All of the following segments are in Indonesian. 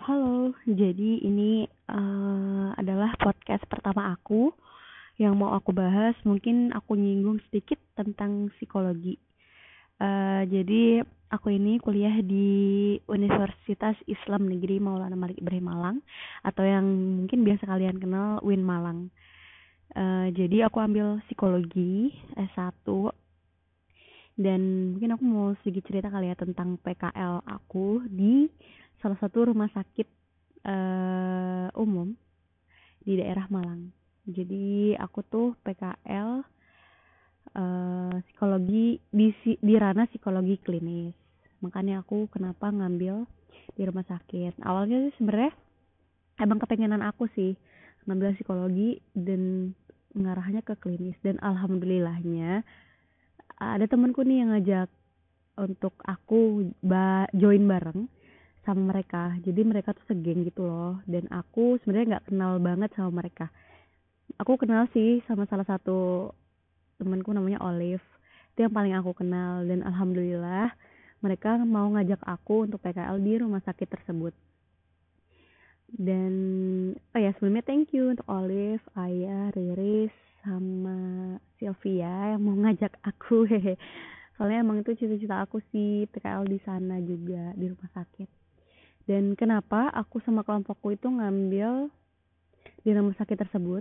Halo, jadi ini adalah podcast pertama aku yang mau aku bahas. Mungkin aku nyinggung sedikit tentang psikologi. Jadi aku ini kuliah di Universitas Islam Negeri Maulana Malik Ibrahim Malang, atau yang mungkin biasa kalian kenal UIN Malang. Jadi aku ambil psikologi S1, dan mungkin aku mau sedikit cerita kali ya tentang PKL aku di salah satu rumah sakit umum di daerah Malang. Jadi aku tuh PKL psikologi di ranah psikologi klinis. Makanya aku kenapa ngambil di rumah sakit. Awalnya sih sebenarnya emang kepengenan aku sih ngambil psikologi dan mengarahnya ke klinis, dan alhamdulillahnya ada temanku nih yang ngajak untuk aku join bareng sama mereka. Jadi mereka tuh segeng gitu loh, dan aku sebenarnya nggak kenal banget sama mereka. Aku kenal sih sama salah satu temanku namanya Olive, itu yang paling aku kenal, dan alhamdulillah mereka mau ngajak aku untuk PKL di rumah sakit tersebut. Dan oh ya, sebelumnya thank you untuk Olive, Ayah, Riris, sama Sylvia yang mau ngajak aku. Hehe, soalnya emang itu cita-cita aku sih PKL di sana juga, di rumah sakit. Dan kenapa aku sama kelompokku itu ngambil di rumah sakit tersebut?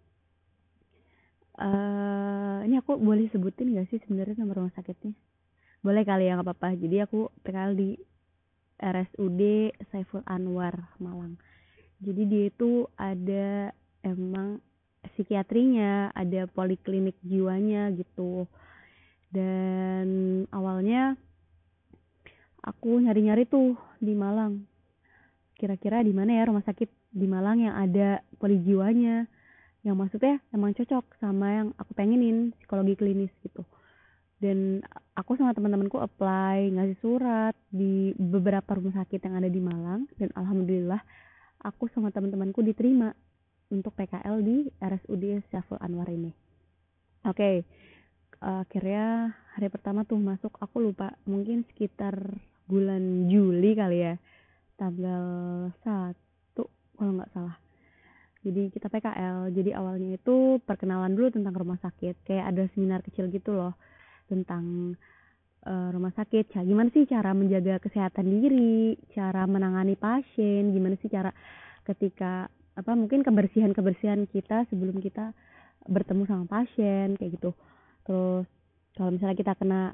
Ini aku boleh sebutin gak sih sebenarnya nama rumah sakitnya? Boleh kali ya, nggak apa-apa. Jadi aku PKL di RSUD Saiful Anwar Malang. Jadi dia itu ada emang psikiatrinya, ada poliklinik jiwanya gitu. Dan awalnya aku nyari-nyari tuh di Malang. Kira-kira di mana ya rumah sakit di Malang yang ada poli jiwanya, yang maksudnya emang cocok sama yang aku pengenin, psikologi klinis gitu. Dan aku sama teman-temanku apply, ngasih surat di beberapa rumah sakit yang ada di Malang, dan alhamdulillah aku sama teman-temanku diterima untuk PKL di RSUD Syaful Anwar ini. Oke, akhirnya hari pertama tuh masuk, aku lupa, mungkin sekitar bulan Juli kali ya, tanggal 1 kalau nggak salah. Jadi kita PKL. Jadi awalnya itu perkenalan dulu tentang rumah sakit, kayak ada seminar kecil gitu loh tentang rumah sakit. Gimana sih cara menjaga kesehatan diri, cara menangani pasien, gimana sih cara ketika mungkin kebersihan kita sebelum kita bertemu sama pasien kayak gitu. Terus kalau misalnya kita kena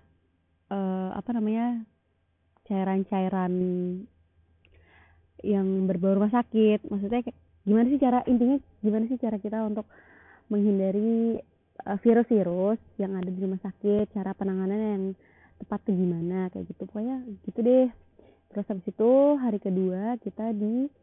cairan-cairan yang berbau rumah sakit, maksudnya gimana sih cara kita untuk menghindari virus-virus yang ada di rumah sakit, cara penanganannya yang tepat tuh gimana, kayak gitu. Pokoknya gitu deh. Terus habis itu hari kedua kita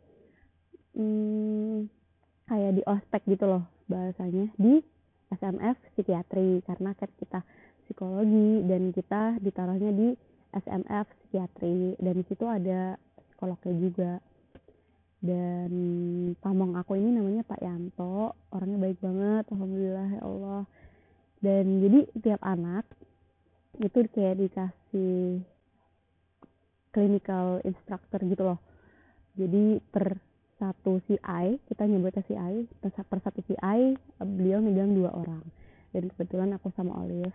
kayak di ospek gitu loh bahasanya, di SMF psikiatri, karena kan kita psikologi dan kita ditaruhnya di SMF psikiatri, dan di situ ada psikolognya juga. Dan pamong aku ini namanya Pak Yanto, orangnya baik banget, alhamdulillah ya Allah. Dan jadi tiap anak itu kayak dikasih clinical instructor gitu loh. Jadi per satu CI, kita nyebutnya CI, per satu CI beliau megang 2 orang. Dan kebetulan aku sama Olive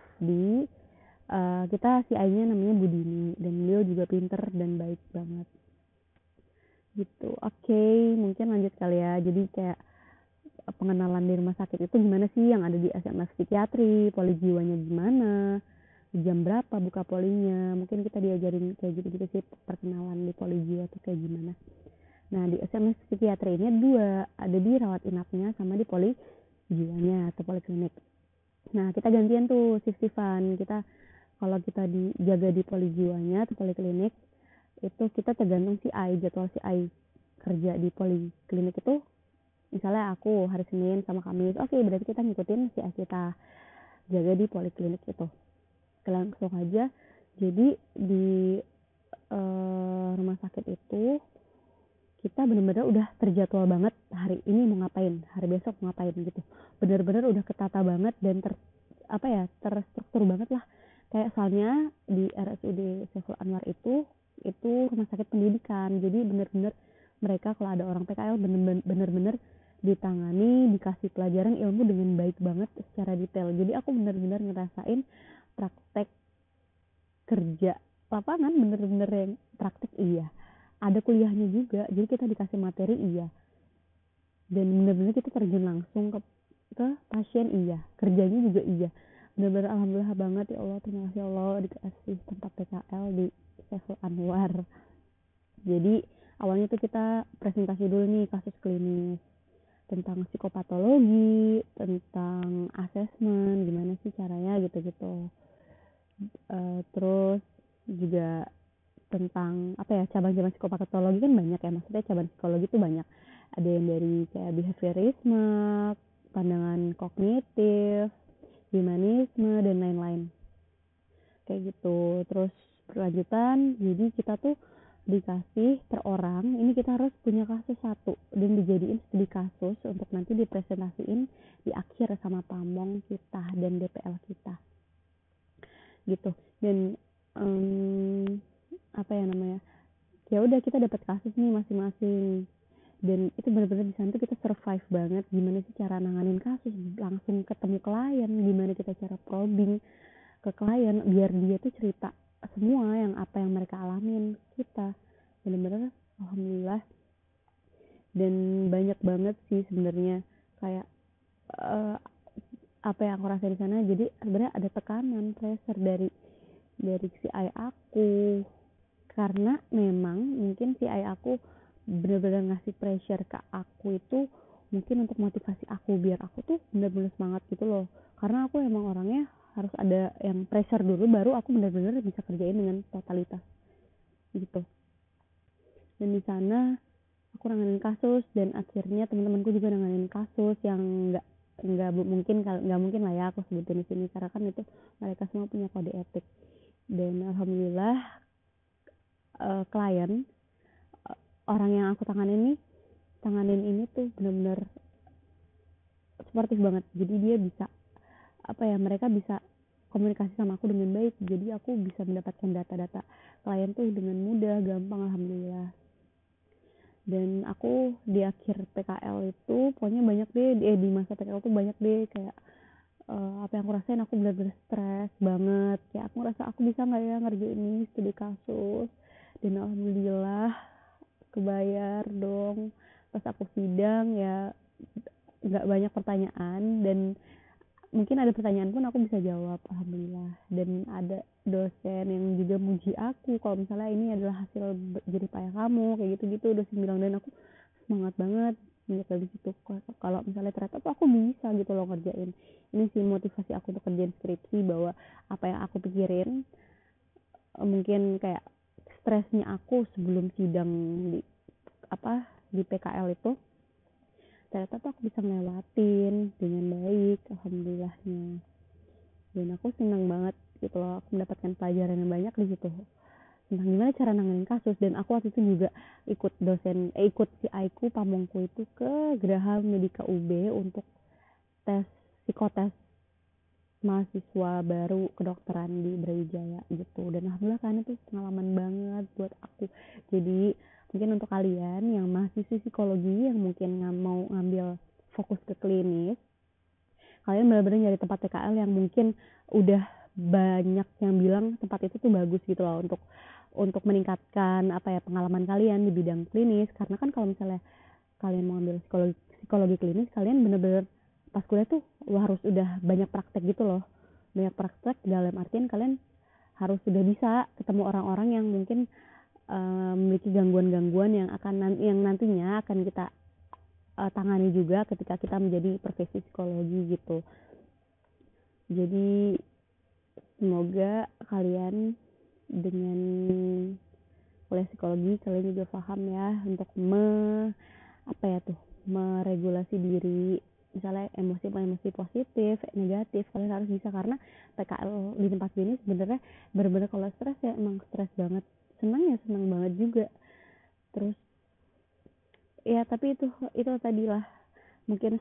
kita CI-nya namanya Budini, dan beliau juga pinter dan baik banget gitu. Oke, mungkin lanjut kali ya. Jadi kayak pengenalan di rumah sakit itu gimana sih, yang ada di SMF psikiatri, poli jiwanya gimana, jam berapa buka polinya, mungkin kita diajarin kayak gitu-gitu sih, perkenalan di poli jiwa tuh kayak gimana. Nah, di SMF psikiatri ini ada di rawat inapnya sama di poli jiwanya atau poliklinik. Nah, kita gantian tuh shift-shiftan. Kalau kita dijaga di poli jiwanya atau poliklinik, itu kita tergantung jadwal CI kerja di poliklinik itu. Misalnya aku hari Senin sama Kamis, oke, berarti kita ngikutin CI kita jaga di poliklinik itu. Langsung aja. Jadi di rumah sakit itu kita benar-benar udah terjadwal banget, hari ini mau ngapain, hari besok mau ngapain gitu. Benar-benar udah ketata banget dan terstruktur banget lah. Kayak soalnya di RSUD Saiful Anwar itu rumah sakit pendidikan, jadi benar-benar mereka kalau ada orang PKL bener-bener ditangani, dikasih pelajaran ilmu dengan baik banget secara detail. Jadi aku bener-bener ngerasain praktek kerja lapangan, bener-bener yang praktek iya. Ada kuliahnya juga, jadi kita dikasih materi iya. Dan bener-bener kita terjun langsung ke pasien iya, kerjanya juga iya. Bener-bener alhamdulillah banget ya Allah, terima kasih Allah dikasih tempat PKL di Saiful Anwar. Jadi awalnya tuh kita presentasi dulu nih kasus klinis tentang psikopatologi, tentang asesmen, gimana sih caranya gitu-gitu. Terus juga tentang apa ya, cabang-cabang psikopatologi kan banyak ya, maksudnya cabang psikologi itu banyak. Ada yang dari kayak behaviorisme, pandangan kognitif, humanisme, dan lain-lain kayak gitu. Terus berlanjutan, jadi kita tuh dikasih per orang, ini kita harus punya kasus satu dan dijadiin studi kasus untuk nanti dipresentasiin di akhir sama pamong kita dan DPL kita gitu. Dan apa ya namanya, ya udah kita dapat kasus nih masing-masing, dan itu benar-benar di sana tuh kita survive banget gimana sih cara nanganin kasus, langsung ketemu klien, gimana kita cara probing ke klien biar dia tuh cerita semua yang apa yang mereka alamin kita. Benar-benar alhamdulillah. Dan banyak banget sih sebenarnya kayak apa yang aku rasa di sana. Jadi sebenarnya ada tekanan, pressure dari si ayah aku, karena memang mungkin si ayah aku benar-benar ngasih pressure ke aku itu mungkin untuk motivasi aku biar aku tuh benar-benar semangat gitu loh. Karena aku emang orangnya harus ada yang pressure dulu baru aku benar-benar bisa kerjain dengan totalitas gitu. Dan di sana aku nanganin kasus, dan akhirnya teman-temanku juga nanganin kasus yang nggak mungkin lah ya aku sebutin di sini karena kan itu mereka semua punya kode etik. Dan alhamdulillah klien orang yang aku tanganin ini tuh benar-benar sportif banget. Jadi dia bisa apa ya, mereka bisa komunikasi sama aku dengan baik, jadi aku bisa mendapatkan data-data klien tuh dengan mudah, gampang, alhamdulillah. Dan aku di akhir PKL itu pokoknya banyak deh, di masa PKL tuh banyak deh kayak apa yang aku rasain, aku benar-benar stres banget, kayak aku ngerasa aku bisa nggak ya ngerjain ini studi kasus. Dan alhamdulillah kebayar dong, pas aku sidang ya nggak banyak pertanyaan, dan mungkin ada pertanyaan pun aku bisa jawab alhamdulillah. Dan ada dosen yang juga muji aku kalau misalnya ini adalah hasil jerih payah kamu kayak gitu-gitu, dosen bilang. Dan aku semangat banget sejak dari situ kalau misalnya ternyata tuh aku bisa gitu loh ngerjain ini. Sih motivasi aku untuk kerjain skripsi, bahwa apa yang aku pikirin mungkin kayak stresnya aku sebelum sidang di PKL itu, ternyata tuh aku bisa ngelewatin dengan baik alhamdulillahnya. Dan aku senang banget gitu loh, aku mendapatkan pelajaran yang banyak di situ tentang gimana cara nanganin kasus. Dan aku waktu itu juga ikut si Aiku pamongku itu ke Geraha Medika UB untuk psikotes mahasiswa baru kedokteran di Brawijaya gitu. Dan alhamdulillah kan itu pengalaman banget buat aku. Jadi mungkin untuk kalian yang mahasiswa psikologi yang mungkin mau ngambil fokus ke klinis, kalian benar-benar nyari tempat PKL yang mungkin udah banyak yang bilang tempat itu tuh bagus gitu loh untuk meningkatkan apa ya, pengalaman kalian di bidang klinis. Karena kan kalau misalnya kalian mau ambil psikologi klinis, kalian benar-benar pas kuliah tuh harus udah banyak praktek gitu loh. Banyak praktek dalam artian kalian harus sudah bisa ketemu orang-orang yang mungkin memiliki gangguan-gangguan yang nantinya akan kita tangani juga ketika kita menjadi profesi psikologi gitu. Jadi semoga kalian dengan kuliah psikologi kalian juga paham ya untuk meregulasi diri. Misalnya emosi positif, negatif, kalian harus bisa. Karena PKL di tempat ini sebenarnya benar-benar kalau stres ya emang stres banget, senang banget juga. Terus ya tapi itu tadilah mungkin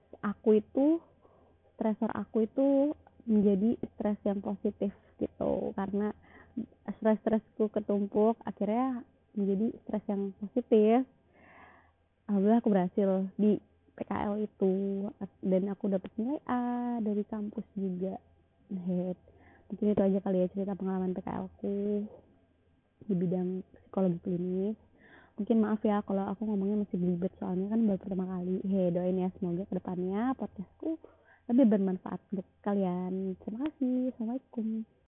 stresor aku itu menjadi stres yang positif gitu, karena stresku ketumpuk akhirnya menjadi stres yang positif. alhamdulillah aku berhasil di PKL itu, dan aku dapat nilai A dari kampus juga. Head. Mungkin itu aja kali ya cerita pengalaman PKL ku di bidang psikologi klinis. Mungkin maaf ya kalau aku ngomongnya masih belibet, soalnya kan baru pertama kali. Doain ya semoga kedepannya podcastku lebih bermanfaat untuk kalian. Terima kasih. Assalamualaikum.